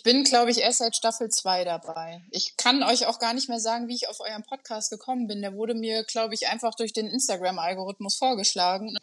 bin, glaube ich, erst seit Staffel 2 dabei. Ich kann euch auch gar nicht mehr sagen, wie ich auf euren Podcast gekommen bin. Der wurde mir, glaube ich, einfach durch den Instagram-Algorithmus vorgeschlagen.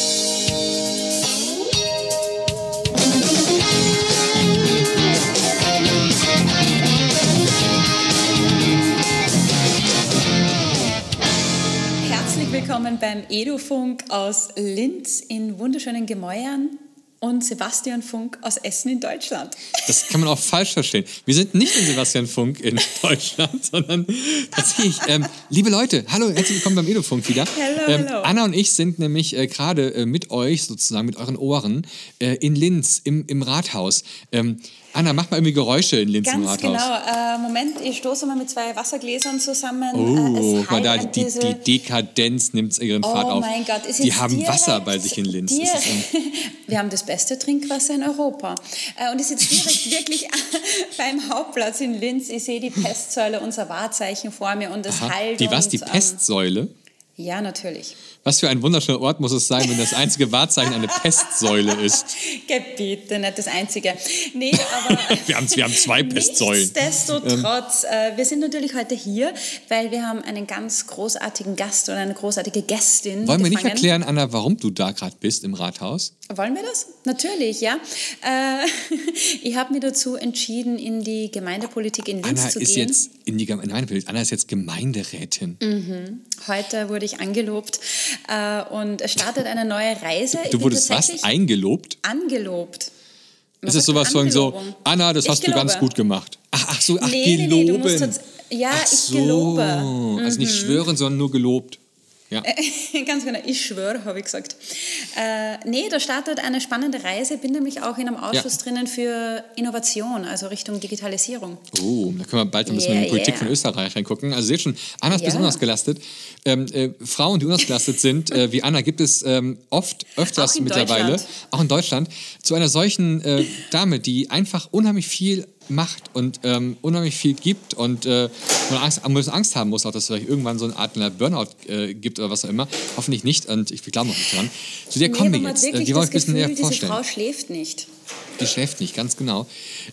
Herzlich willkommen beim Edu-Funk aus Linz in wunderschönen Gemäuern und Sebastian Funk aus Essen in Deutschland. Das kann man auch falsch verstehen. Wir sind nicht in Sebastian Funk in Deutschland, sondern tatsächlich, liebe Leute, hallo, herzlich willkommen beim Edu-Funk wieder. Hallo. Anna und ich sind nämlich gerade mit euch, sozusagen mit euren Ohren, in Linz, im Rathaus. Anna, mach mal irgendwie Geräusche in Linz im Rathaus. Ganz genau. Moment, ich stoße mal mit 2 Wassergläsern zusammen. Oh, mal da, die Dekadenz nimmt ihren Fahrt auf. Oh mein Gott. Die haben Wasser bei sich in Linz. Wir haben das beste Trinkwasser in Europa. Und ich sitze direkt wirklich beim Hauptplatz in Linz. Ich sehe die Pestsäule, unser Wahrzeichen vor mir und das Halt. Die was? Die Pestsäule? Ja, natürlich. Was für ein wunderschöner Ort muss es sein, wenn das einzige Wahrzeichen eine Pestsäule ist? Bitte, nicht das einzige. Nee, aber wir haben 2 Pestsäulen. Nichtsdestotrotz, wir sind natürlich heute hier, weil wir haben einen ganz großartigen Gast oder eine großartige Gästin. Wollen wir nicht erklären, Anna, warum du da gerade bist im Rathaus? Wollen wir das? Natürlich, ja. Ich habe mir dazu entschieden, in die Gemeindepolitik in Linz zu gehen. Anna ist jetzt Gemeinderätin. Mhm. Heute wurde ich angelobt und es startet eine neue Reise. Du wurdest was? Eingelobt? Angelobt. Ist es sowas von so, Anna, das hast du ganz gut gemacht. Nee, du musst ich gelobe. Also nicht schwören, sondern nur gelobt. Ja. Ganz genau, ich schwöre, habe ich gesagt. Da startet eine spannende Reise. Bin nämlich auch in einem Ausschuss drinnen für Innovation, also Richtung Digitalisierung. Oh, da können wir bald ein bisschen in die Politik von Österreich reingucken. Also seht schon, Anna ist besonders gelastet. Frauen, die unausgelastet sind, wie Anna, gibt es öfters mittlerweile, auch in Deutschland, zu einer solchen Dame, die einfach unheimlich viel macht und unheimlich viel gibt und man Angst haben muss, auch, dass es vielleicht irgendwann so eine Art Burnout gibt oder was auch immer. Hoffentlich nicht und ich glaube noch nicht dran. Zu dir kommen wir jetzt. Die wollen ein bisschen näher vorstellen. Diese Frau schläft nicht. Die schläft nicht, ganz genau.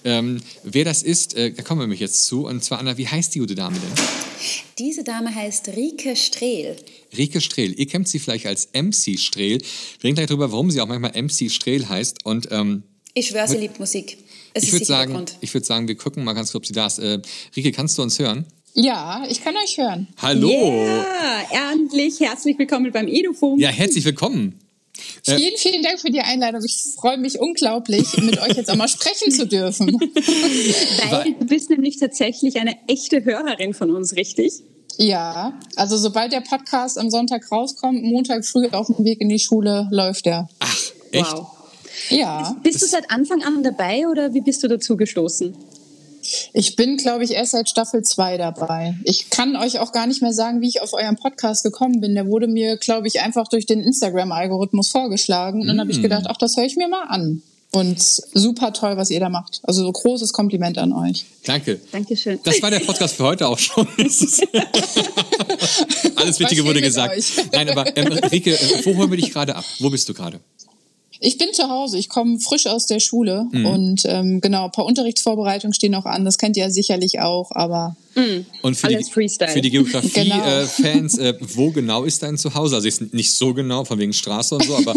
Wer das ist, da kommen wir nämlich jetzt zu. Und zwar, Anna, wie heißt die gute Dame denn? Diese Dame heißt Rike Strehl. Rike Strehl. Ihr kennt sie vielleicht als MC Strehl. Wir reden gleich darüber, warum sie auch manchmal MC Strehl heißt. Und, ich schwöre, sie liebt Musik. Ich würde sagen, wir gucken mal ganz kurz, ob sie da ist. Rike, kannst du uns hören? Ja, ich kann euch hören. Hallo! Ja, endlich. Herzlich willkommen beim Edu-Funk. Ja, herzlich willkommen. Vielen Dank für die Einladung. Ich freue mich unglaublich, mit euch jetzt auch mal sprechen zu dürfen. Weil du bist nämlich tatsächlich eine echte Hörerin von uns, richtig? Ja, also sobald der Podcast am Sonntag rauskommt, Montag früh auf dem Weg in die Schule, läuft der. Ach, echt? Wow. Ja. Bist du seit Anfang an dabei oder wie bist du dazu gestoßen? Ich bin, glaube ich, erst seit Staffel 2 dabei. Ich kann euch auch gar nicht mehr sagen, wie ich auf euren Podcast gekommen bin. Der wurde mir, glaube ich, einfach durch den Instagram-Algorithmus vorgeschlagen. Und dann habe ich gedacht, ach, das höre ich mir mal an. Und super toll, was ihr da macht. Also so großes Kompliment an euch. Danke. Dankeschön. Das war der Podcast für heute auch schon. Alles Wichtige wurde gesagt. Nein, aber Rike, wo holen wir dich gerade ab? Wo bist du gerade? Ich bin zu Hause, ich komme frisch aus der Schule und ein paar Unterrichtsvorbereitungen stehen noch an, das kennt ihr ja sicherlich auch, aber... Und für die Geografie-Fans, wo genau ist dein Zuhause? Also ist nicht so genau, von wegen Straße und so, aber...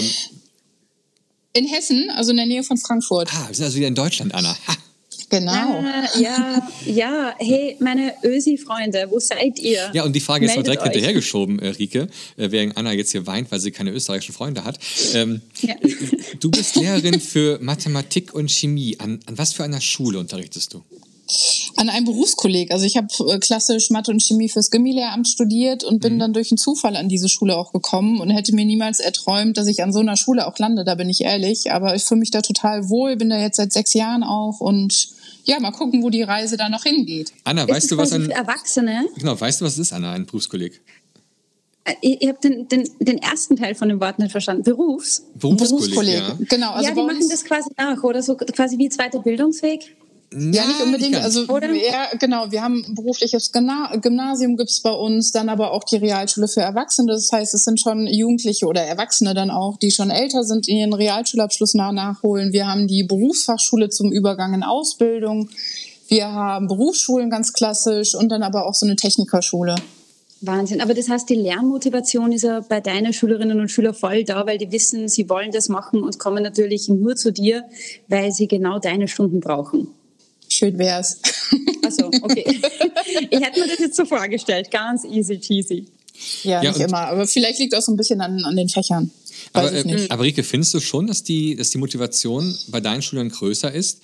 in Hessen, also in der Nähe von Frankfurt. Wir sind also wieder in Deutschland, Anna. Ha. Genau. Ja, hey, meine Ösi-Freunde, wo seid ihr? Ja, und die Frage ist mal direkt Meldet euch. hinterhergeschoben, Rike, während Anna jetzt hier weint, weil sie keine österreichischen Freunde hat. Du bist Lehrerin für Mathematik und Chemie. An was für einer Schule unterrichtest du? An einem Berufskolleg. Also ich habe klassisch Mathe und Chemie fürs Gymi-Lehramt studiert und bin dann durch einen Zufall an diese Schule auch gekommen und hätte mir niemals erträumt, dass ich an so einer Schule auch lande, da bin ich ehrlich. Aber ich fühle mich da total wohl, bin da jetzt seit 6 Jahren auch und ja, mal gucken, wo die Reise da noch hingeht. Anna, weißt du, was für Erwachsene? Genau, weißt du, was es ist, Anna, ein Berufskolleg? Ich habe den ersten Teil von dem Wort nicht verstanden. Berufskolleg, ja. Genau. Also ja, die machen das quasi nach, oder so quasi wie zweiter Bildungsweg. Ja, nicht unbedingt. Also ja, genau, wir haben ein berufliches Gymnasium gibt's bei uns, dann aber auch die Realschule für Erwachsene. Das heißt, es sind schon Jugendliche oder Erwachsene dann auch, die schon älter sind, ihren Realschulabschluss nachholen. Wir haben die Berufsfachschule zum Übergang in Ausbildung. Wir haben Berufsschulen ganz klassisch und dann aber auch so eine Technikerschule. Wahnsinn. Aber das heißt, die Lernmotivation ist ja bei deinen Schülerinnen und Schülern voll da, weil die wissen, sie wollen das machen und kommen natürlich nur zu dir, weil sie genau deine Stunden brauchen. Schön wär's. Achso, okay. Ich hätte mir das jetzt so vorgestellt. Ganz easy cheesy. Ja, nicht immer. Aber vielleicht liegt auch so ein bisschen an den Fächern. Aber Rike, findest du schon, dass die Motivation bei deinen Schülern größer ist?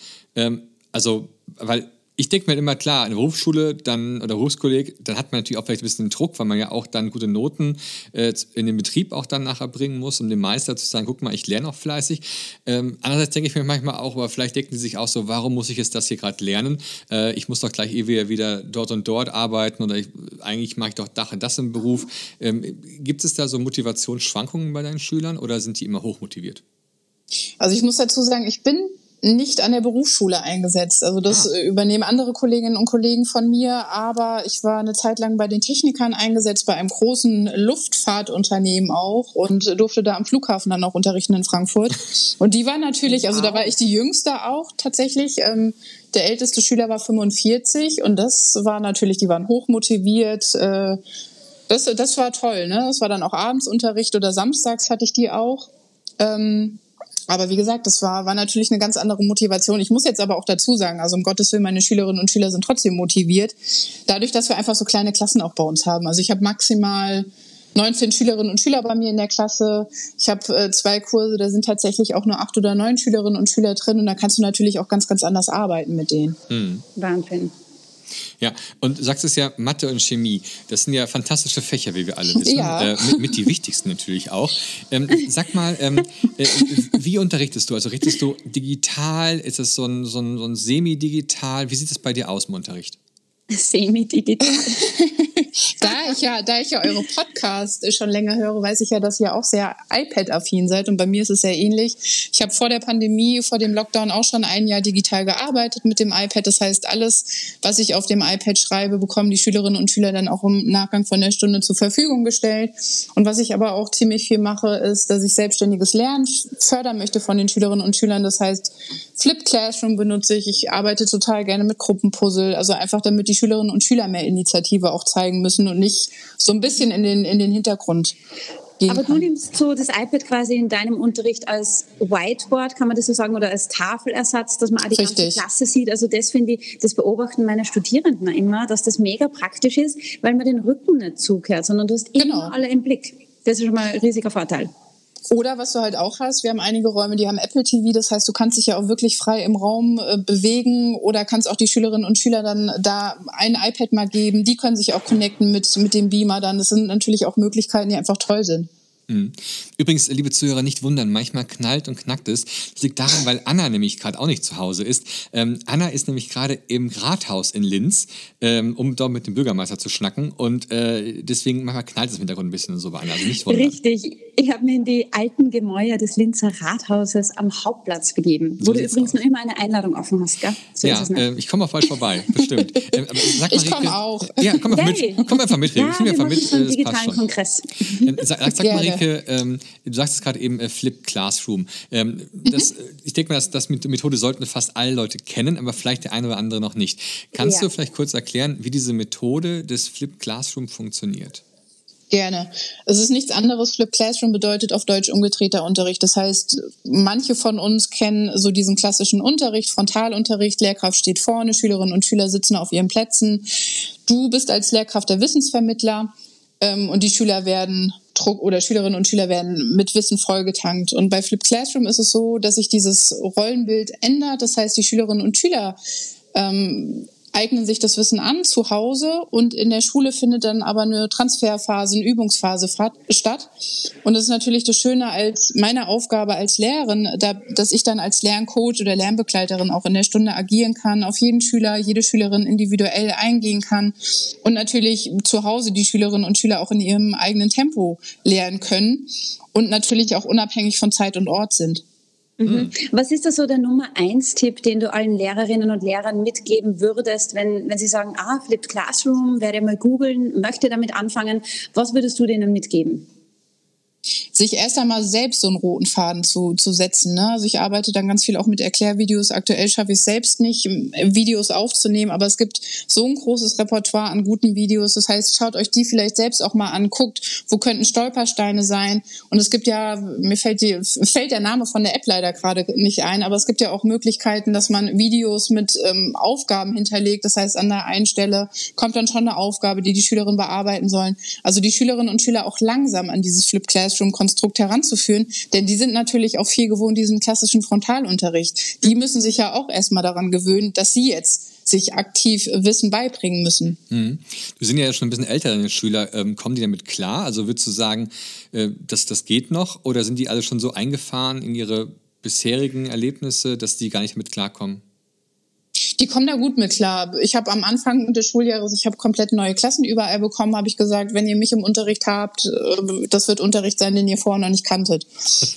Weil ich denke mir immer, klar, eine Berufsschule dann oder Berufskolleg, dann hat man natürlich auch vielleicht ein bisschen den Druck, weil man ja auch dann gute Noten in den Betrieb auch dann nachher bringen muss, um dem Meister zu sagen, guck mal, ich lerne auch fleißig. Andererseits denke ich mir manchmal auch, aber vielleicht denken die sich auch so, warum muss ich jetzt das hier gerade lernen? Ich muss doch gleich wieder dort und dort arbeiten oder eigentlich mache ich doch das im Beruf. Gibt es da so Motivationsschwankungen bei deinen Schülern oder sind die immer hochmotiviert? Also ich muss dazu sagen, ich bin nicht an der Berufsschule eingesetzt. Also das übernehmen andere Kolleginnen und Kollegen von mir, aber ich war eine Zeit lang bei den Technikern eingesetzt, bei einem großen Luftfahrtunternehmen auch und durfte da am Flughafen dann auch unterrichten in Frankfurt. Und die war natürlich, also da war ich die Jüngste auch tatsächlich. Der älteste Schüler war 45 und das war natürlich, die waren hochmotiviert. Das war toll, ne? Das war dann auch Abendsunterricht oder samstags hatte ich die auch. Aber wie gesagt, das war natürlich eine ganz andere Motivation. Ich muss jetzt aber auch dazu sagen, also um Gottes Willen, meine Schülerinnen und Schüler sind trotzdem motiviert. Dadurch, dass wir einfach so kleine Klassen auch bei uns haben. Also ich habe maximal 19 Schülerinnen und Schüler bei mir in der Klasse. Ich habe 2 Kurse, da sind tatsächlich auch nur 8 oder 9 Schülerinnen und Schüler drin. Und da kannst du natürlich auch ganz, ganz anders arbeiten mit denen. Wahnsinn. Ja, und du sagst es ja, Mathe und Chemie, das sind ja fantastische Fächer, wie wir alle wissen. Ja. Mit die wichtigsten natürlich auch. Sag mal, wie unterrichtest du? Also richtest du digital? Ist es so ein semi-digital? Wie sieht es bei dir aus im Unterricht? Semi-digital. Da ich ja eure Podcasts schon länger höre, weiß ich ja, dass ihr auch sehr iPad-affin seid und bei mir ist es sehr ähnlich. Ich habe vor der Pandemie, vor dem Lockdown auch schon ein Jahr digital gearbeitet mit dem iPad. Das heißt, alles, was ich auf dem iPad schreibe, bekommen die Schülerinnen und Schüler dann auch im Nachgang von der Stunde zur Verfügung gestellt. Und was ich aber auch ziemlich viel mache, ist, dass ich selbstständiges Lernen fördern möchte von den Schülerinnen und Schülern. Das heißt, Flipped Classroom benutze ich. Ich arbeite total gerne mit Gruppenpuzzle, also einfach damit die Schülerinnen und Schüler mehr Initiative auch zeigen müssen und nicht so ein bisschen in den Hintergrund gehen. Aber du nimmst so das iPad quasi in deinem Unterricht als Whiteboard, kann man das so sagen, oder als Tafelersatz, dass man auch die ganze Klasse sieht. Also das finde ich, das beobachten meine Studierenden immer, dass das mega praktisch ist, weil man den Rücken nicht zukehrt, sondern du hast immer alle im Blick. Das ist schon mal ein riesiger Vorteil. Oder was du halt auch hast, wir haben einige Räume, die haben Apple TV, das heißt, du kannst dich ja auch wirklich frei im Raum bewegen oder kannst auch die Schülerinnen und Schüler dann da ein iPad mal geben, die können sich auch connecten mit dem Beamer dann. Das sind natürlich auch Möglichkeiten, die einfach toll sind. Übrigens, liebe Zuhörer, nicht wundern, manchmal knallt und knackt es. Das liegt daran, weil Anna nämlich gerade auch nicht zu Hause ist. Anna ist nämlich gerade im Rathaus in Linz, um dort mit dem Bürgermeister zu schnacken. Und deswegen manchmal knallt es im Hintergrund ein bisschen so bei Anna. Also nicht wundern. Richtig. Ich habe mir in die alten Gemäuer des Linzer Rathauses am Hauptplatz begeben, wo du übrigens noch immer eine Einladung offen hast, gell? So ja, ich komme auch bald vorbei, bestimmt. Aber sag mal, ich komme auch. Ja, komm einfach mit. Ja, wir machen schon einen digitalen Kongress. Sag mal, Rike, du sagst es gerade eben, Flipped Classroom. Ich denke mal, das Methode sollten fast alle Leute kennen, aber vielleicht der eine oder andere noch nicht. Kannst du vielleicht kurz erklären, wie diese Methode des Flipped Classroom funktioniert? Gerne. Es ist nichts anderes. Flipped Classroom bedeutet auf Deutsch umgedrehter Unterricht. Das heißt, manche von uns kennen so diesen klassischen Unterricht, Frontalunterricht. Lehrkraft steht vorne, Schülerinnen und Schüler sitzen auf ihren Plätzen. Du bist als Lehrkraft der Wissensvermittler und die Schüler werden oder Schülerinnen und Schüler werden mit Wissen vollgetankt. Und bei Flipped Classroom ist es so, dass sich dieses Rollenbild ändert. Das heißt, die Schülerinnen und Schüler eignen sich das Wissen an zu Hause und in der Schule findet dann aber eine Transferphase, eine Übungsphase statt. Und das ist natürlich das Schöne als meine Aufgabe als Lehrerin, dass ich dann als Lerncoach oder Lernbegleiterin auch in der Stunde agieren kann, auf jeden Schüler, jede Schülerin individuell eingehen kann und natürlich zu Hause die Schülerinnen und Schüler auch in ihrem eigenen Tempo lernen können und natürlich auch unabhängig von Zeit und Ort sind. Mhm. Was ist da so der Nummer 1 Tipp, den du allen Lehrerinnen und Lehrern mitgeben würdest, wenn sie sagen, Flipped Classroom, werde mal googeln, möchte damit anfangen, was würdest du denen mitgeben? Sich erst einmal selbst so einen roten Faden zu setzen. Ne? Also ich arbeite dann ganz viel auch mit Erklärvideos. Aktuell schaffe ich es selbst nicht, Videos aufzunehmen, aber es gibt so ein großes Repertoire an guten Videos. Das heißt, schaut euch die vielleicht selbst auch mal an, guckt, wo könnten Stolpersteine sein. Und es gibt ja, mir fällt der Name von der App leider gerade nicht ein, aber es gibt ja auch Möglichkeiten, dass man Videos mit Aufgaben hinterlegt. Das heißt, an der einen Stelle kommt dann schon eine Aufgabe, die Schülerinnen bearbeiten sollen. Also die Schülerinnen und Schüler auch langsam an dieses Flipped Classroom-Konstrukt heranzuführen, denn die sind natürlich auch viel gewohnt, diesen klassischen Frontalunterricht. Die müssen sich ja auch erstmal daran gewöhnen, dass sie jetzt sich aktiv Wissen beibringen müssen. Mhm. Du sind ja schon ein bisschen älter, deine Schüler. Kommen die damit klar? Also würdest du sagen, dass das geht noch? Oder sind die alle schon so eingefahren in ihre bisherigen Erlebnisse, dass die gar nicht damit klarkommen? Die kommen da gut mit klar. Ich habe am Anfang des Schuljahres, ich habe komplett neue Klassen überall bekommen, habe ich gesagt, wenn ihr mich im Unterricht habt, das wird Unterricht sein, den ihr vorher noch nicht kanntet.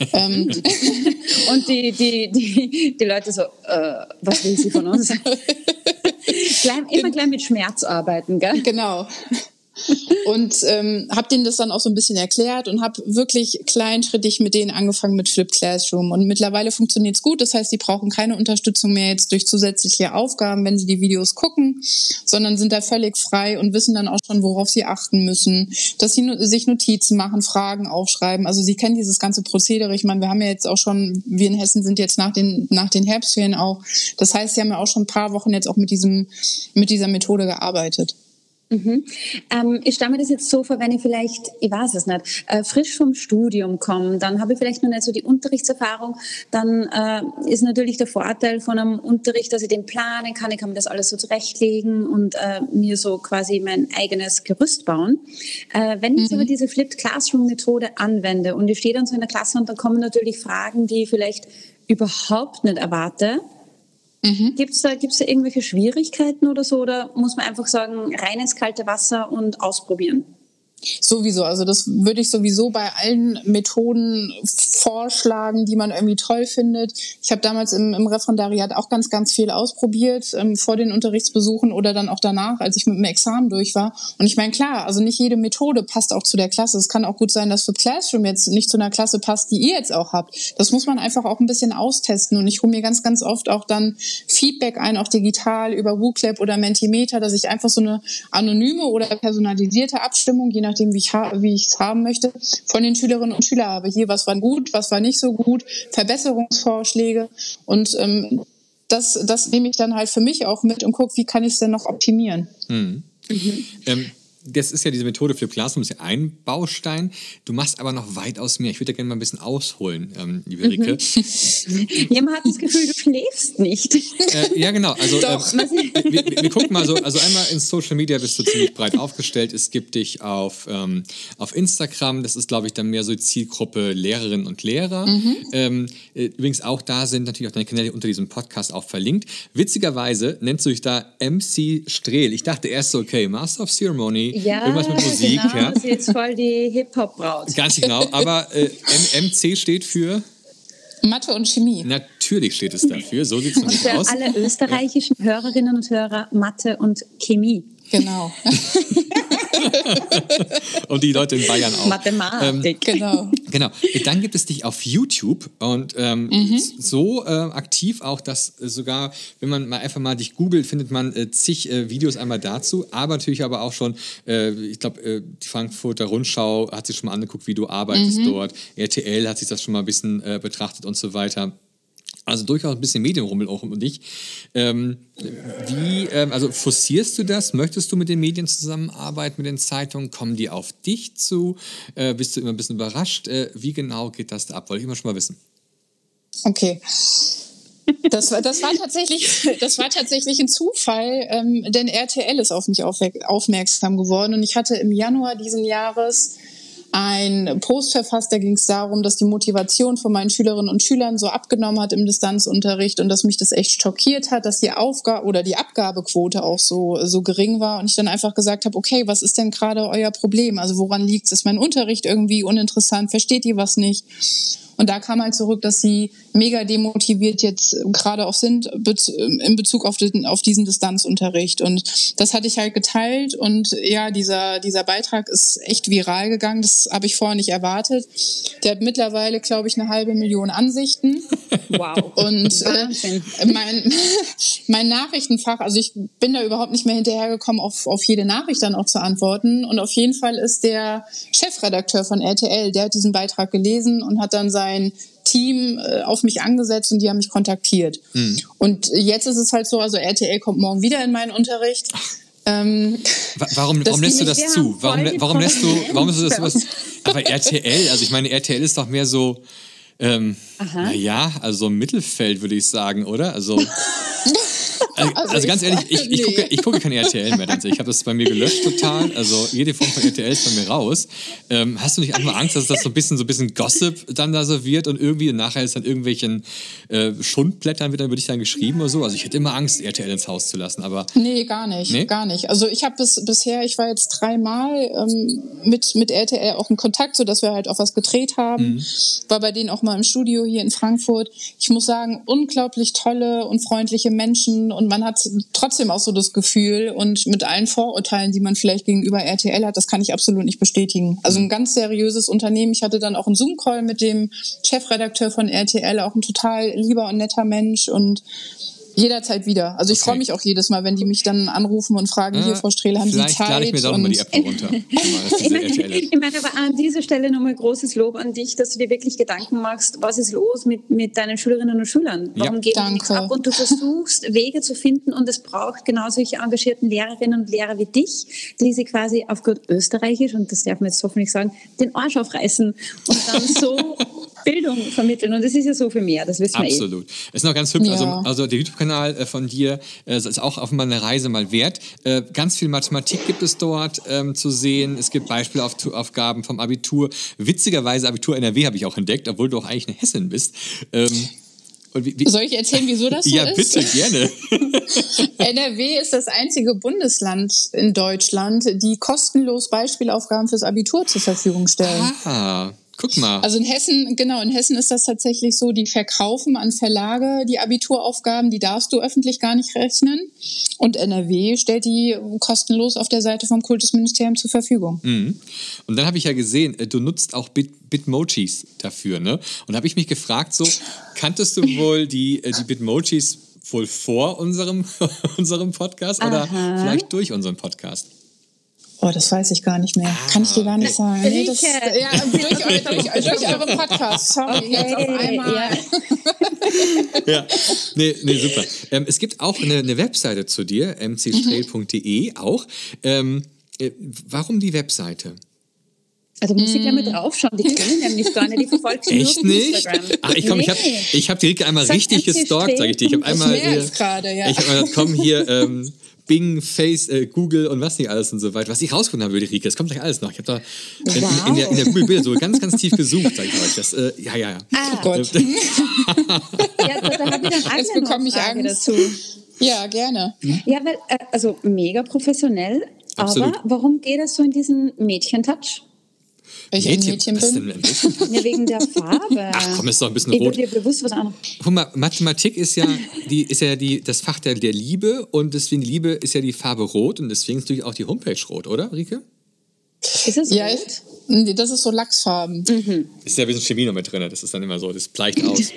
Und die Leute so, was will sie von uns? Immer gleich mit Schmerz arbeiten, gell? Genau. Und habe denen das dann auch so ein bisschen erklärt und habe wirklich kleinschrittig mit denen angefangen mit Flipped Classroom. Und mittlerweile funktioniert es gut. Das heißt, die brauchen keine Unterstützung mehr jetzt durch zusätzliche Aufgaben, wenn sie die Videos gucken, sondern sind da völlig frei und wissen dann auch schon, worauf sie achten müssen, dass sie sich Notizen machen, Fragen aufschreiben. Also sie kennen dieses ganze Prozedere. Ich meine, wir haben ja jetzt auch schon, wir in Hessen sind jetzt nach den Herbstferien auch. Das heißt, sie haben ja auch schon ein paar Wochen jetzt auch mit dieser Methode gearbeitet. Mhm. Ich stelle mir das jetzt so vor, wenn ich vielleicht, ich weiß es nicht, frisch vom Studium komme, dann habe ich vielleicht noch nicht so die Unterrichtserfahrung, dann ist natürlich der Vorteil von einem Unterricht, dass ich den planen kann, ich kann mir das alles so zurechtlegen und mir so quasi mein eigenes Gerüst bauen. Wenn ich jetzt aber diese Flipped Classroom Methode anwende und ich stehe dann so in der Klasse und dann kommen natürlich Fragen, die ich vielleicht überhaupt nicht erwarte. Gibt's da irgendwelche Schwierigkeiten oder so, oder muss man einfach sagen, rein ins kalte Wasser und ausprobieren? Sowieso, also das würde ich sowieso bei allen Methoden vorschlagen, die man irgendwie toll findet. Ich habe damals im Referendariat auch ganz, ganz viel ausprobiert, vor den Unterrichtsbesuchen oder dann auch danach, als ich mit dem Examen durch war. Und ich meine, klar, also nicht jede Methode passt auch zu der Klasse. Es kann auch gut sein, dass Flipped Classroom jetzt nicht zu einer Klasse passt, die ihr jetzt auch habt. Das muss man einfach auch ein bisschen austesten. Und ich hole mir ganz, ganz oft auch dann Feedback ein, auch digital über WooClap oder Mentimeter, dass ich einfach so eine anonyme oder personalisierte Abstimmung, je nachdem, wie ich es haben möchte, von den Schülerinnen und Schülern habe. Hier, was war gut, was war nicht so gut, Verbesserungsvorschläge. Und das nehme ich dann halt für mich auch mit und gucke, wie kann ich es denn noch optimieren. Das ist ja diese Methode Flipped Classroom, ist ja ein Baustein. Du machst aber noch weitaus mehr. Ich würde da gerne mal ein bisschen ausholen, liebe Rike. Ja, man hat das Gefühl, du schläfst nicht. Ja, genau. Also wir gucken mal so. Also einmal in Social Media bist du ziemlich breit aufgestellt. Es gibt dich auf Instagram. Das ist, glaube ich, dann mehr so die Zielgruppe Lehrerinnen und Lehrer. Übrigens auch da sind natürlich auch deine Kanäle unter diesem Podcast auch verlinkt. Witzigerweise nennst du dich da MC Strehl. Ich dachte erst so, okay, Master of Ceremony, irgendwas mit Musik. Genau, ja, das ist jetzt voll die Hip-Hop-Braut. Ganz genau, aber MC steht für? Mathe und Chemie. Natürlich steht es dafür, so sieht es nämlich aus. Für alle österreichischen Hörerinnen und Hörer Mathe und Chemie. Genau. Und die Leute in Bayern auch. Mathematik. Genau. Dann gibt es dich auf YouTube und so aktiv auch, dass sogar, wenn man mal einfach mal dich googelt, findet man zig Videos einmal dazu, aber natürlich aber auch schon, ich glaube, die Frankfurter Rundschau hat sich schon mal angeguckt, wie du arbeitest dort. RTL hat sich das schon mal ein bisschen betrachtet und so weiter. Also durchaus ein bisschen Medienrummel auch um dich. Also forcierst du das? Möchtest du mit den Medien zusammenarbeiten, mit den Zeitungen? Kommen die auf dich zu? Bist du immer ein bisschen überrascht? Wie genau geht das da ab? Wollte ich immer schon mal wissen. Okay. Das war tatsächlich ein Zufall, denn RTL ist auf mich aufmerksam geworden. Und ich hatte im Januar diesen Jahres ein Post verfasst, da ging es darum, dass die Motivation von meinen Schülerinnen und Schülern so abgenommen hat im Distanzunterricht und dass mich das echt schockiert hat, dass die Abgabequote auch so gering war und ich dann einfach gesagt habe, okay, was ist denn gerade euer Problem? Also woran liegt es? Ist mein Unterricht irgendwie uninteressant? Versteht ihr was nicht? Und da kam halt zurück, dass sie mega demotiviert jetzt gerade auch sind in Bezug auf diesen Distanzunterricht. Und das hatte ich halt geteilt. Und ja, dieser Beitrag ist echt viral gegangen. Das habe ich vorher nicht erwartet. Der hat mittlerweile, glaube ich, 500.000 Ansichten. Wow. Und mein Nachrichtenfach, also ich bin da überhaupt nicht mehr hinterhergekommen, auf jede Nachricht dann auch zu antworten. Und auf jeden Fall ist der Chefredakteur von RTL, der hat diesen Beitrag gelesen und hat dann sein Team auf mich angesetzt und die haben mich kontaktiert. Mhm. Und jetzt ist es halt so, also RTL kommt morgen wieder in meinen Unterricht. Warum lässt du das zu? Warum lässt du das? Aber RTL, also ich meine, RTL ist doch mehr so, also im Mittelfeld, würde ich sagen, oder? Also ganz ehrlich, ich gucke kein RTL mehr. Also ich habe das bei mir gelöscht total. Also jede Form von RTL ist bei mir raus. Hast du nicht einfach Angst, dass das so ein bisschen Gossip dann da so wird und irgendwie nachher ist dann irgendwelchen Schundblättern wird dann über dich dann geschrieben oder so? Also ich hätte immer Angst, RTL ins Haus zu lassen. Aber nee, gar nicht. Gar nicht. Also ich habe bisher, ich war jetzt 3-mal mit RTL auch in Kontakt, sodass wir halt auch was gedreht haben. War bei denen auch mal im Studio hier in Frankfurt. Ich muss sagen, unglaublich tolle und freundliche Menschen und man hat trotzdem auch so das Gefühl und mit allen Vorurteilen, die man vielleicht gegenüber RTL hat, das kann ich absolut nicht bestätigen. Also ein ganz seriöses Unternehmen. Ich hatte dann auch einen Zoom-Call mit dem Chefredakteur von RTL, auch ein total lieber und netter Mensch und jederzeit wieder. Also ich freue mich auch jedes Mal, wenn die mich dann anrufen und fragen, hier, Frau Strehle, haben Sie Zeit? Vielleicht lade ich mir doch nochmal die App runter. Ich meine, aber an dieser Stelle nochmal großes Lob an dich, dass du dir wirklich Gedanken machst, was ist los mit deinen Schülerinnen und Schülern? Warum geben die nichts ab? Und du versuchst, Wege zu finden und es braucht genau solche engagierten Lehrerinnen und Lehrer wie dich, die sie quasi auf gut Österreichisch, und das darf man jetzt hoffentlich sagen, den Arsch aufreißen und dann so Bildung vermitteln. Und das ist ja so viel mehr, das wissen wir Absolut. Es ist noch ganz hübsch, also der YouTube-Kanal von dir ist auch offenbar eine Reise mal wert. Ganz viel Mathematik gibt es dort zu sehen. Es gibt Beispielaufgaben vom Abitur. Witzigerweise Abitur NRW habe ich auch entdeckt, obwohl du auch eigentlich eine Hessin bist. Soll ich erzählen, wieso das so ist? Ja, bitte, gerne. NRW ist das einzige Bundesland in Deutschland, die kostenlos Beispielaufgaben fürs Abitur zur Verfügung stellen. Ah. Guck mal. Also in Hessen ist das tatsächlich so, die verkaufen an Verlage die Abituraufgaben, die darfst du öffentlich gar nicht rechnen. Und NRW stellt die kostenlos auf der Seite vom Kultusministerium zur Verfügung. Mhm. Und dann habe ich ja gesehen, du nutzt auch Bitmojis dafür, ne? Und da habe ich mich gefragt, so, kanntest du wohl die Bitmojis wohl vor unserem Podcast oder vielleicht durch unseren Podcast? Oh, das weiß ich gar nicht mehr. Kann ich dir gar nicht sagen. Nee, das, durch euren Podcast. Sorry, jetzt auf einmal. Ja, nee, super. Es gibt auch eine Webseite zu dir, mcstrehl.de auch. Warum die Webseite? Also muss ich gleich mal draufschauen, die kennen nämlich gar nicht, die verfolgt nur auf Instagram. Ach, ich habe die Rike einmal richtig gestalkt, sage ich dir. Ich habe einmal gesagt, komm hier, Bing, Google und was nicht alles und so weiter. Was ich rausgefunden habe, Rike, das kommt gleich alles noch. Ich habe da in der Google-Bilder so ganz, ganz tief gesucht, sage ich euch. Das, ja. Oh Gott. Ja, da habe ich dann eine Frage dazu. Ja, gerne. Ja, weil, also mega professionell, Absolut. Aber warum geht es so in diesen Mädchentouch? Weil ich ein Mädchen bin? Ja, wegen der Farbe. Ach komm, ist doch ein bisschen rot. Dir bewusst was anderes. Guck mal, Mathematik ist ja das Fach der Liebe und deswegen Liebe ist ja die Farbe rot und deswegen ist natürlich auch die Homepage rot, oder, Rike? Ist es rot? Das ist so Lachsfarben. Mhm. Ist ja ein bisschen Chemie noch mit drin, das ist dann immer so, das bleicht aus.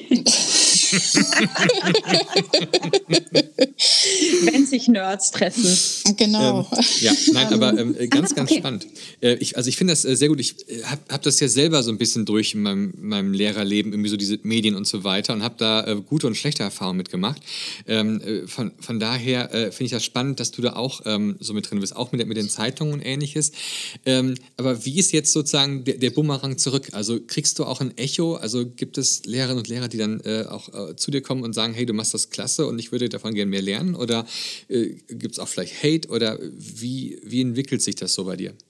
Wenn sich Nerds treffen. Genau. Aber ganz spannend. Ich finde das sehr gut. Ich hab das ja selber so ein bisschen durch in meinem Lehrerleben, irgendwie so diese Medien und so weiter und habe da gute und schlechte Erfahrungen mitgemacht. Von daher finde ich das spannend, dass du da auch so mit drin bist, auch mit den Zeitungen und Ähnliches. Aber wie ist jetzt sozusagen der Bumerang zurück? Also kriegst du auch ein Echo? Also gibt es Lehrerinnen und Lehrer, die dann auch zu dir kommen und sagen, hey, du machst das klasse und ich würde davon gerne mehr lernen? Oder gibt es auch vielleicht Hate? Oder wie entwickelt sich das so bei dir?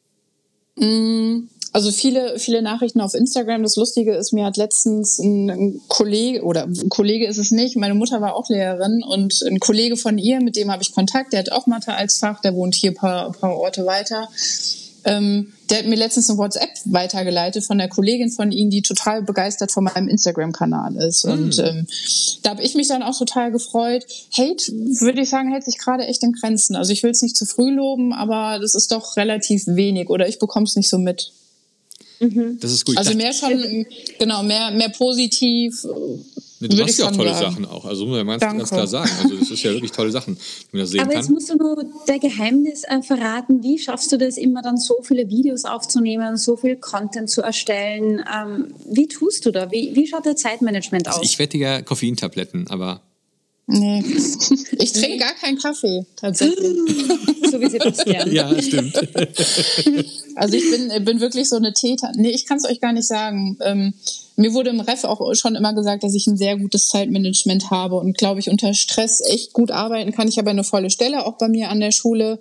Also viele Nachrichten auf Instagram. Das Lustige ist, mir hat letztens ein Kollege ist es nicht, meine Mutter war auch Lehrerin und ein Kollege von ihr, mit dem habe ich Kontakt, der hat auch Mathe als Fach, der wohnt hier ein paar Orte weiter. der hat mir letztens eine WhatsApp weitergeleitet von der Kollegin von Ihnen, die total begeistert von meinem Instagram-Kanal ist. Und da habe ich mich dann auch total gefreut. Hate, würde ich sagen, hält sich gerade echt in Grenzen. Also ich will es nicht zu früh loben, aber das ist doch relativ wenig oder ich bekomme es nicht so mit. Das ist gut. Also mehr schon, genau, mehr positiv. Du machst ja auch tolle Sachen auch. Also muss man ganz klar sagen. Also das ist ja wirklich tolle Sachen, die man da sehen kann. Aber jetzt musst du nur der Geheimnis verraten. Wie schaffst du das immer dann, so viele Videos aufzunehmen, so viel Content zu erstellen? Wie tust du da? Wie schaut der Zeitmanagement aus? Ich wette ja Koffeintabletten, aber... Nee, ich trinke gar keinen Kaffee, tatsächlich. So wie sie das gerne. Ja, stimmt. Also ich bin wirklich so eine Täter. Nee, ich kann es euch gar nicht sagen. Mir wurde im Ref auch schon immer gesagt, dass ich ein sehr gutes Zeitmanagement habe und, glaube ich, unter Stress echt gut arbeiten kann. Ich habe eine volle Stelle auch bei mir an der Schule.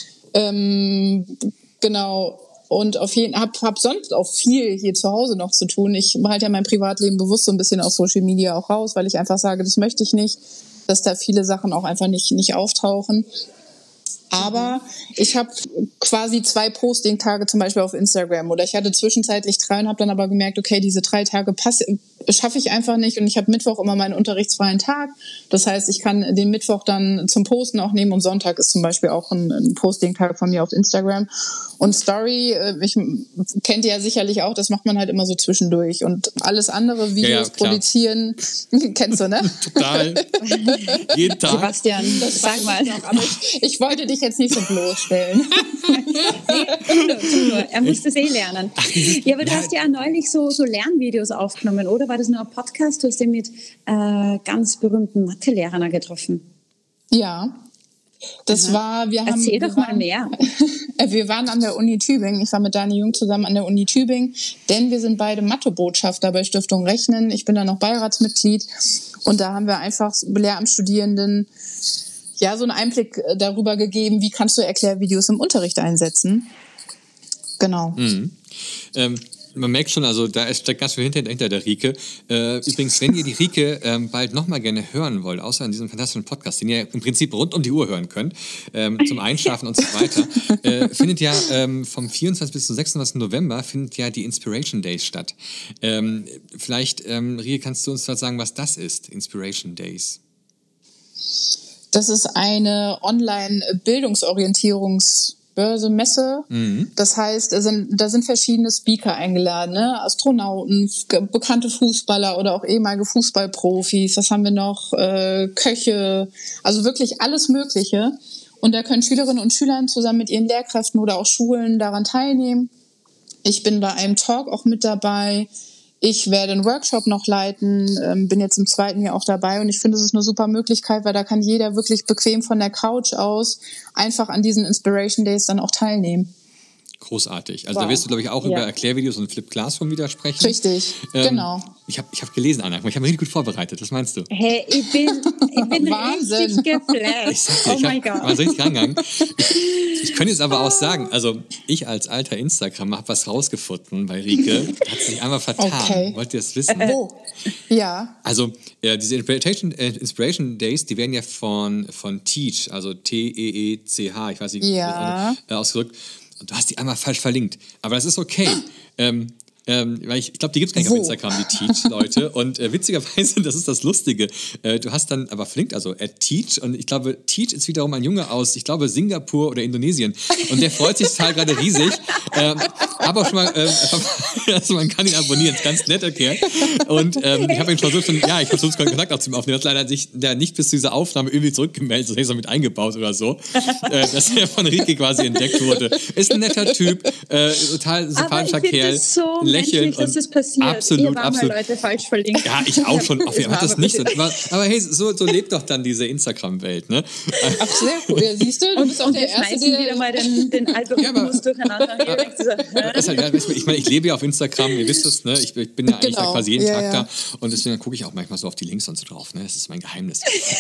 Genau. Und hab sonst auch viel hier zu Hause noch zu tun. Ich halte ja mein Privatleben bewusst so ein bisschen aus Social Media auch raus, weil ich einfach sage, das möchte ich nicht, dass da viele Sachen auch einfach nicht auftauchen. Aber ich habe quasi 2 Posting-Tage zum Beispiel auf Instagram oder ich hatte zwischenzeitlich 3 und habe dann aber gemerkt, okay, diese 3 Tage schaffe ich einfach nicht und ich habe Mittwoch immer meinen unterrichtsfreien Tag. Das heißt, ich kann den Mittwoch dann zum Posten auch nehmen und Sonntag ist zum Beispiel auch ein Posting-Tag von mir auf Instagram. Und Story, kennt ihr ja sicherlich auch, das macht man halt immer so zwischendurch. Und alles andere, Videos produzieren, kennst du, ne? Total. Jeden Tag. Sebastian, sag mal. Aber ich wollte dich jetzt nicht so bloßstellen. Er muss das lernen. Ja, aber du hast ja neulich so Lernvideos aufgenommen, oder? War das nur ein Podcast? Du hast den mit ganz berühmten Mathelehrern getroffen. Ja. Das war, Erzähl doch mal mehr. Wir waren an der Uni Tübingen. Ich war mit Dani Jung zusammen an der Uni Tübingen, denn wir sind beide Mathebotschafter bei Stiftung Rechnen. Ich bin da noch Beiratsmitglied und da haben wir einfach Lehramtsstudierenden so einen Einblick darüber gegeben, wie kannst du Erklärvideos im Unterricht einsetzen. Genau. Man merkt schon, also da steckt ganz viel hinter der Rike. Übrigens, wenn ihr die Rike bald nochmal gerne hören wollt, außer in diesem fantastischen Podcast, den ihr im Prinzip rund um die Uhr hören könnt, zum Einschlafen und so weiter, findet ja vom 24. bis zum 26. November findet ja die Inspiration Days statt. Vielleicht, Rike, kannst du uns sagen, was das ist, Inspiration Days? Das ist eine Online-Bildungsorientierungsbörse, Messe. Das heißt, da sind verschiedene Speaker eingeladen, ne? Astronauten, bekannte Fußballer oder auch ehemalige Fußballprofis. Was haben wir noch? Köche, also wirklich alles Mögliche. Und da können Schülerinnen und Schüler zusammen mit ihren Lehrkräften oder auch Schulen daran teilnehmen. Ich bin bei einem Talk auch mit dabei. Ich werde einen Workshop noch leiten, bin jetzt im 2. Jahr auch dabei und ich finde, es ist eine super Möglichkeit, weil da kann jeder wirklich bequem von der Couch aus einfach an diesen Inspiration Days dann auch teilnehmen. Großartig. Also da wirst du, glaube ich, auch über Erklärvideos und Flip Classroom wieder sprechen. Richtig, genau. Ich hab gelesen, Anna. Ich habe mich richtig gut vorbereitet. Was meinst du? Hey, ich bin richtig geflasht. Oh mein Gott. Ich richtig rangegangen. Ich könnte jetzt aber auch sagen, also ich als alter Instagrammer habe was rausgefunden bei Rike. Hat sich einmal vertan. Okay. Wollt ihr das wissen? Ja. Also diese Inspiration Days, die werden ja von Teach, also T-E-E-C-H, ich weiß nicht, ausgedrückt. Und du hast die einmal falsch verlinkt. Aber das ist okay. Weil ich glaube, die gibt es gar nicht auf Instagram, die Teach-Leute. Und witzigerweise, das ist das Lustige, du hast dann aber verlinkt, also @Teach. Und ich glaube, Teach ist wiederum ein Junge aus, ich glaube, Singapur oder Indonesien. Und der freut sich total gerade riesig. Aber auch schon mal, also man kann ihn abonnieren, ist ganz netter Kerl. Und ich habe ihn versucht, ich versuche Kontakt aufzunehmen. Er hat leider sich nicht bis zu dieser Aufnahme irgendwie zurückgemeldet, das ist er mit eingebaut oder so, dass er von Rike quasi entdeckt wurde. Ist ein netter Typ, total sympathischer Kerl. Lächeln dass das passiert. Absolut. Leute falsch verlinkt. Ja, ich auch schon. Wer hat das nicht so? Aber hey, so lebt doch dann diese Instagram-Welt, ne? Ach, sehr cool. Ja, siehst du, du bist auch der Erste, der wieder mal den Algorithmus durcheinander. Ich meine, ich lebe ja auf Instagram, ihr wisst es, ne? Ich bin ja eigentlich quasi jeden Tag da und deswegen gucke ich auch manchmal so auf die Links und so drauf, ne? Das ist mein Geheimnis.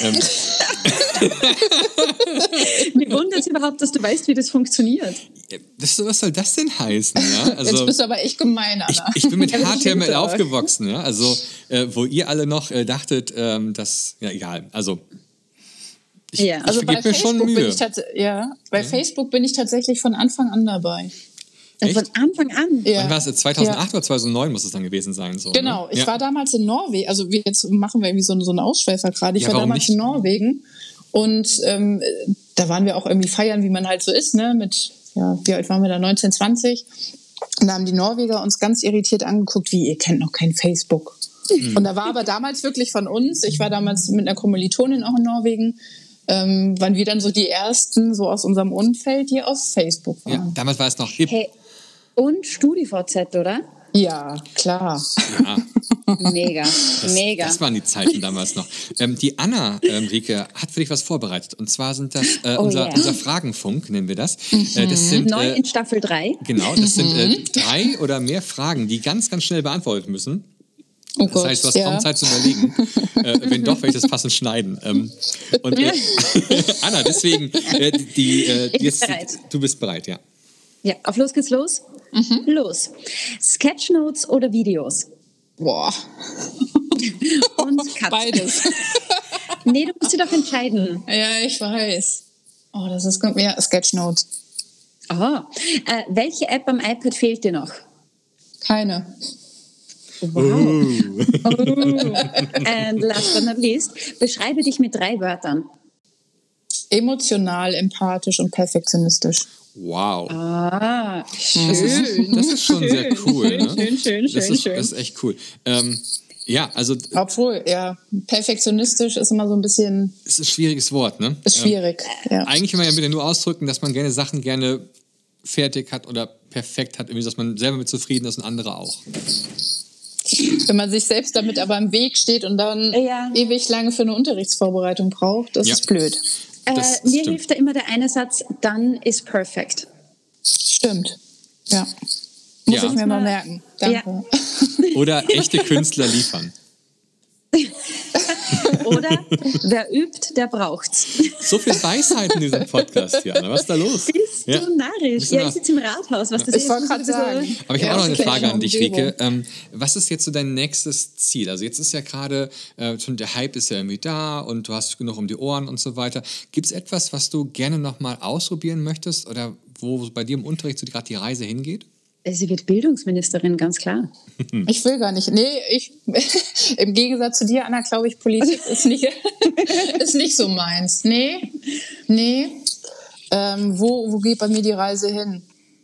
Mir wundert es überhaupt, dass du weißt, wie das funktioniert. Was soll das denn heißen? Ja? Also, jetzt bist du aber echt gemein, Anna. Ich bin mit HTML aufgewachsen, ja? Also wo ihr alle noch dachtet, dass, ja egal, also bei Facebook bin ich tatsächlich von Anfang an dabei. Von Anfang an? Ja. Wann war es? 2008 oder 2009 muss es dann gewesen sein. So, genau, ich war damals in Norwegen, also jetzt machen wir irgendwie so einen Ausschweifer gerade. Ich war damals in Norwegen und da waren wir auch irgendwie feiern, wie man halt so ist, ne? Wie alt waren wir da? 19, 20. Und da haben die Norweger uns ganz irritiert angeguckt, wie, ihr kennt noch kein Facebook. Und da war aber damals wirklich von uns, ich war damals mit einer Kommilitonin auch in Norwegen, waren wir dann so die Ersten so aus unserem Umfeld, die auf Facebook waren. Ja, damals war es noch hip. Hey, und StudiVZ, oder? Ja, klar. Ja. Mega. Das waren die Zeiten damals noch. Die Anna, Rieke, hat für dich was vorbereitet. Und zwar sind das unser Fragenfunk, nennen wir das. Das sind, neu in Staffel 3. Genau, das sind 3 oder mehr Fragen, die ganz, ganz schnell beantwortet müssen. Oh das heißt, du hast kaum Zeit zu überlegen. Wenn doch, werde ich das passend schneiden. Anna, deswegen, du bist bereit, ja. Ja, auf los geht's los? Los. Sketchnotes oder Videos? Boah. Und Cut. Beides. Nee, du musst dich doch entscheiden. Ja, ich weiß. Oh, das ist gut. Ja, Sketchnotes. Oh. Welche App am iPad fehlt dir noch? Keine. Wow. And last but not least, beschreibe dich mit 3 Wörtern. Emotional, empathisch und perfektionistisch. Wow. Schön. Das ist schon sehr cool. Ne? Schön. Das ist echt cool. Ja, also... Obwohl, perfektionistisch ist immer so ein bisschen... Ist ein schwieriges Wort, ne? Ist schwierig, ja. Eigentlich kann man ja wieder nur ausdrücken, dass man gerne Sachen fertig hat oder perfekt hat, irgendwie, dass man selber mit zufrieden ist und andere auch. Wenn man sich selbst damit aber im Weg steht und dann ewig lange für eine Unterrichtsvorbereitung braucht, das ist blöd. Mir hilft da immer der eine Satz, done is perfect. Stimmt, ja. Muss ich mir mal merken. Danke. Ja. Oder echte Künstler liefern. Oder wer übt, der braucht's. So viel Weisheit in diesem Podcast, Jana. Was ist da los? Bist du narrisch? Ja, ich sitze im Rathaus. Was das ich wollte gerade sagen. Aber ich habe auch noch eine Frage an dich, Rieke. Was ist jetzt so dein nächstes Ziel? Also jetzt ist ja gerade, schon der Hype ist ja irgendwie da und du hast genug um die Ohren und so weiter. Gibt es etwas, was du gerne noch mal ausprobieren möchtest oder wo bei dir im Unterricht so gerade die Reise hingeht? Sie wird Bildungsministerin, ganz klar. Ich will gar nicht. Nee, im Gegensatz zu dir, Anna, glaube ich, Politik ist nicht so meins. Nee. Wo geht bei mir die Reise hin?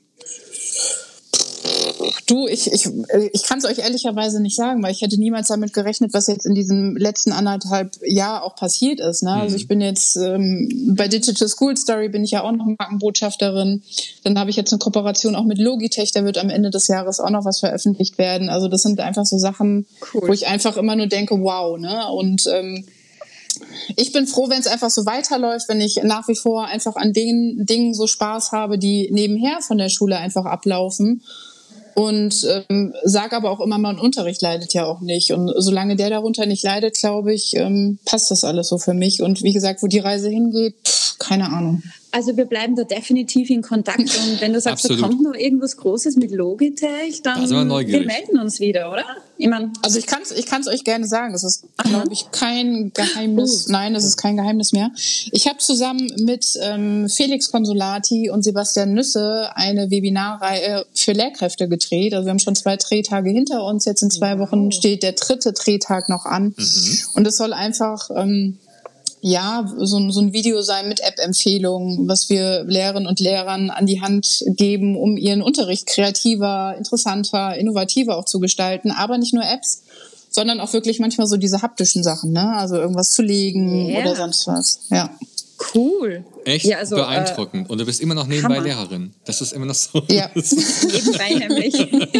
Du, ich kann es euch ehrlicherweise nicht sagen, weil ich hätte niemals damit gerechnet, was jetzt in diesem letzten 1,5 Jahr auch passiert ist. Ne? Also ich bin jetzt bei Digital School Story bin ich ja auch noch Markenbotschafterin. Dann habe ich jetzt eine Kooperation auch mit Logitech, da wird am Ende des Jahres auch noch was veröffentlicht werden. Also das sind einfach so Sachen, wo ich einfach immer nur denke, wow. Ne? Und ich bin froh, wenn es einfach so weiterläuft, wenn ich nach wie vor einfach an den Dingen so Spaß habe, die nebenher von der Schule einfach ablaufen. Und sage aber auch immer, mein Unterricht leidet ja auch nicht. Und solange der darunter nicht leidet, glaube ich, passt das alles so für mich. Und wie gesagt, wo die Reise hingeht, keine Ahnung. Also wir bleiben da definitiv in Kontakt. Und wenn du sagst, da kommt noch irgendwas Großes mit Logitech, dann wir melden uns wieder, oder? Also ich kann's euch gerne sagen. Das ist, glaube ich, kein Geheimnis. Nein, das ist kein Geheimnis mehr. Ich habe zusammen mit Felix Consolati und Sebastian Nüsse eine Webinarreihe für Lehrkräfte gedreht. Also wir haben schon 2 Drehtage hinter uns. Jetzt in 2 Wochen steht der 3. Drehtag noch an. Und es soll einfach... so ein Video sein mit App-Empfehlungen, was wir Lehrerinnen und Lehrern an die Hand geben, um ihren Unterricht kreativer, interessanter, innovativer auch zu gestalten. Aber nicht nur Apps, sondern auch wirklich manchmal so diese haptischen Sachen, ne? Also irgendwas zu legen oder sonst was. Ja. Cool. Echt beeindruckend. Und du bist immer noch nebenbei Hammer. Lehrerin. Das ist immer noch so. Ja, nebenbei nämlich.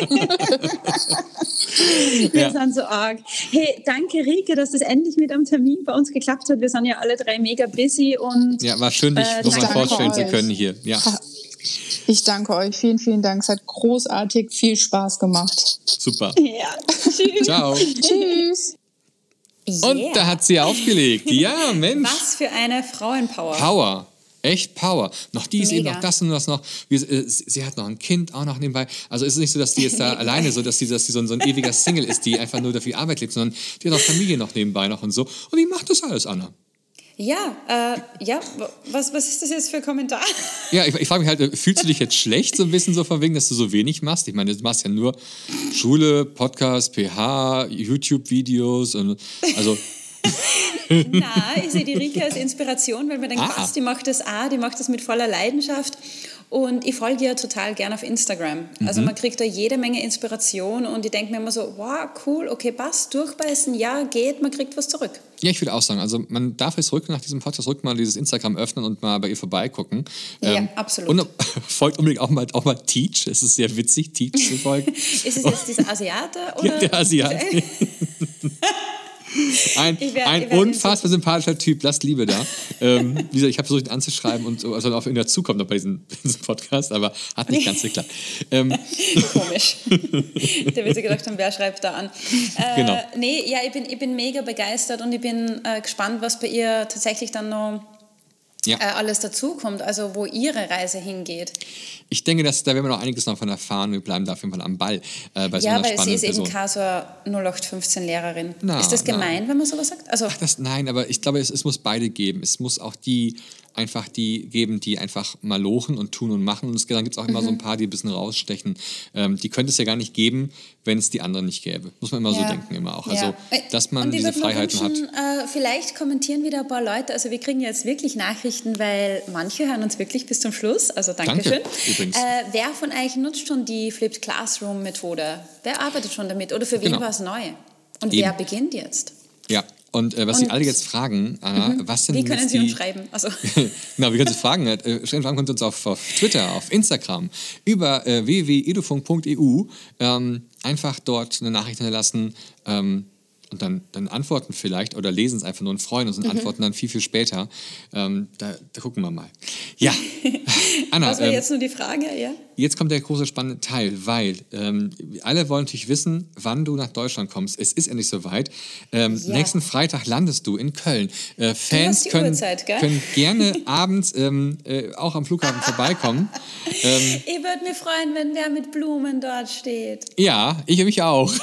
Wir sind so arg. Hey, danke Rieke, dass das endlich mit am Termin bei uns geklappt hat. Wir sind ja alle 3 mega busy. Und, ja, war schön, dich nochmal vorstellen zu können hier. Ja. Ich danke euch. Vielen, vielen Dank. Es hat großartig viel Spaß gemacht. Super. Ja. Tschüss. Ciao. Tschüss. Yeah. Und da hat sie aufgelegt. Ja, Mensch. Was für eine Frauenpower. Power. Echt Power. Noch dies, eben noch das und das noch. Sie hat noch ein Kind auch noch nebenbei. Also ist es nicht so, dass die jetzt da alleine so, dass sie so ein ewiger Single ist, die einfach nur dafür Arbeit lebt, sondern die hat auch Familie noch nebenbei noch und so. Und wie macht das alles, Anna? Ja, was ist das jetzt für ein Kommentar? Ja, ich frage mich halt, fühlst du dich jetzt schlecht so ein bisschen so von wegen, dass du so wenig machst? Ich meine, du machst ja nur Schule, Podcast, PH, YouTube-Videos und also... Nein, ich sehe die Rike als Inspiration, weil mir denkt, was, die macht das mit voller Leidenschaft. Und ich folge ihr total gern auf Instagram. Also man kriegt da jede Menge Inspiration und ich denke mir immer so, wow, cool, okay, passt, durchbeißen, ja, geht, man kriegt was zurück. Ja, ich würde auch sagen, also man darf jetzt nach diesem Podcast mal dieses Instagram öffnen und mal bei ihr vorbeigucken. Ja, absolut. Und folgt unbedingt auch mal Teach, es ist sehr witzig, Teach zu folgen. Ist es jetzt dieser Asiate? Oder? Ja, der Asiate. Ein unfassbar sympathischer Typ, lasst Liebe da. Wie gesagt, ich habe versucht, ihn anzuschreiben und so, also auf ihn dazukommt noch bei diesem Podcast, aber hat nicht ganz geklappt. Komisch. Der wird sich gedacht haben, wer schreibt da an? Genau. Nee, ja, ich bin mega begeistert und ich bin gespannt, was bei ihr tatsächlich dann noch alles dazukommt, also wo ihre Reise hingeht. Ich denke, da werden wir noch einiges davon erfahren. Wir bleiben da auf jeden Fall am Ball bei so einer spannenden Person. Ja, weil sie ist eben keine so 0815-Lehrerin. Ist das gemein, wenn man sowas sagt? Also nein, aber ich glaube, es muss beide geben. Es muss auch die geben, die einfach mal lochen und tun und machen. Und dann gibt es auch immer so ein paar, die ein bisschen rausstechen. Die könnte es ja gar nicht geben, wenn es die anderen nicht gäbe. Muss man immer so denken, immer auch. Also, dass man diese Freiheiten hat. Vielleicht kommentieren wieder ein paar Leute. Also wir kriegen jetzt wirklich Nachrichten, weil manche hören uns wirklich bis zum Schluss. Also Dankeschön. Übrigens. Wer von euch nutzt schon die Flipped Classroom Methode? Wer arbeitet schon damit? Oder für wen war es neu? Und wer beginnt jetzt? Ja. Und was Sie alle jetzt fragen, Anna, was sind wie können Sie uns schreiben? Also. Genau, wie können Sie fragen? Fragen können Sie uns auf Twitter, auf Instagram, über www.edufunk.eu einfach dort eine Nachricht hinterlassen und dann antworten vielleicht oder lesen es einfach nur und freuen uns und antworten dann viel, viel später. Da gucken wir mal. Ja, Anna. Was war jetzt nur die Frage, ja? Jetzt kommt der große spannende Teil, weil alle wollen natürlich wissen, wann du nach Deutschland kommst. Es ist endlich soweit. Nächsten Freitag landest du in Köln. Fans können gerne abends auch am Flughafen vorbeikommen. Ich würde mich freuen, wenn wer mit Blumen dort steht. Ja, ich mich auch.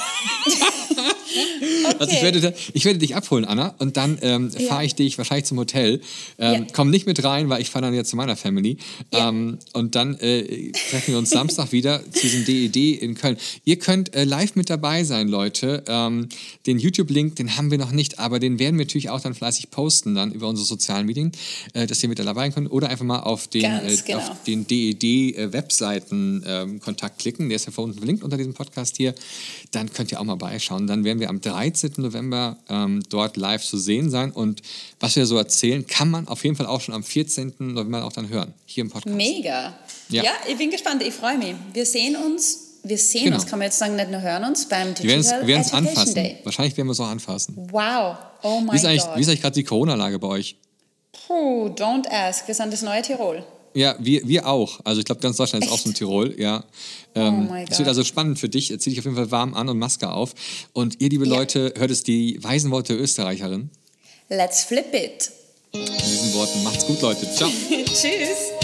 Okay. Also ich werde dich abholen, Anna, und dann fahre ich dich wahrscheinlich zum Hotel. Komm nicht mit rein, weil ich fahre dann jetzt zu meiner Family. Und dann treffen wir uns Samstag wieder zu diesem DED in Köln. Ihr könnt live mit dabei sein, Leute. Den YouTube-Link, den haben wir noch nicht, aber den werden wir natürlich auch dann fleißig posten dann über unsere sozialen Medien, dass ihr mit dabei könnt oder einfach mal auf den DED-Webseiten Kontakt klicken. Der ist ja unten verlinkt unter diesem Podcast hier. Dann könnt ihr auch mal beischauen. Dann werden wir am 13. November dort live zu sehen sein. Und was wir so erzählen, kann man auf jeden Fall auch schon am 14. November auch dann hören, hier im Podcast. Mega. Ja, ich bin gespannt, ich freue mich. Wir sehen uns, kann man jetzt sagen, nicht nur hören uns beim Digital wir werden es anfassen. Day. Wahrscheinlich werden wir es auch anfassen. Wow, oh mein Gott. Wie ist eigentlich gerade die Corona-Lage bei euch? Puh, don't ask. Wir sind das neue Tirol. Ja, wir auch. Also ich glaube, ganz Deutschland ist auch so ein Tirol. Ja. Es wird also spannend für dich. Zieh dich auf jeden Fall warm an und Maske auf. Und ihr, liebe Leute, hört es die weisen Worte der Österreicherin. Let's flip it. In diesen Worten, macht's gut, Leute. Ciao. Tschüss.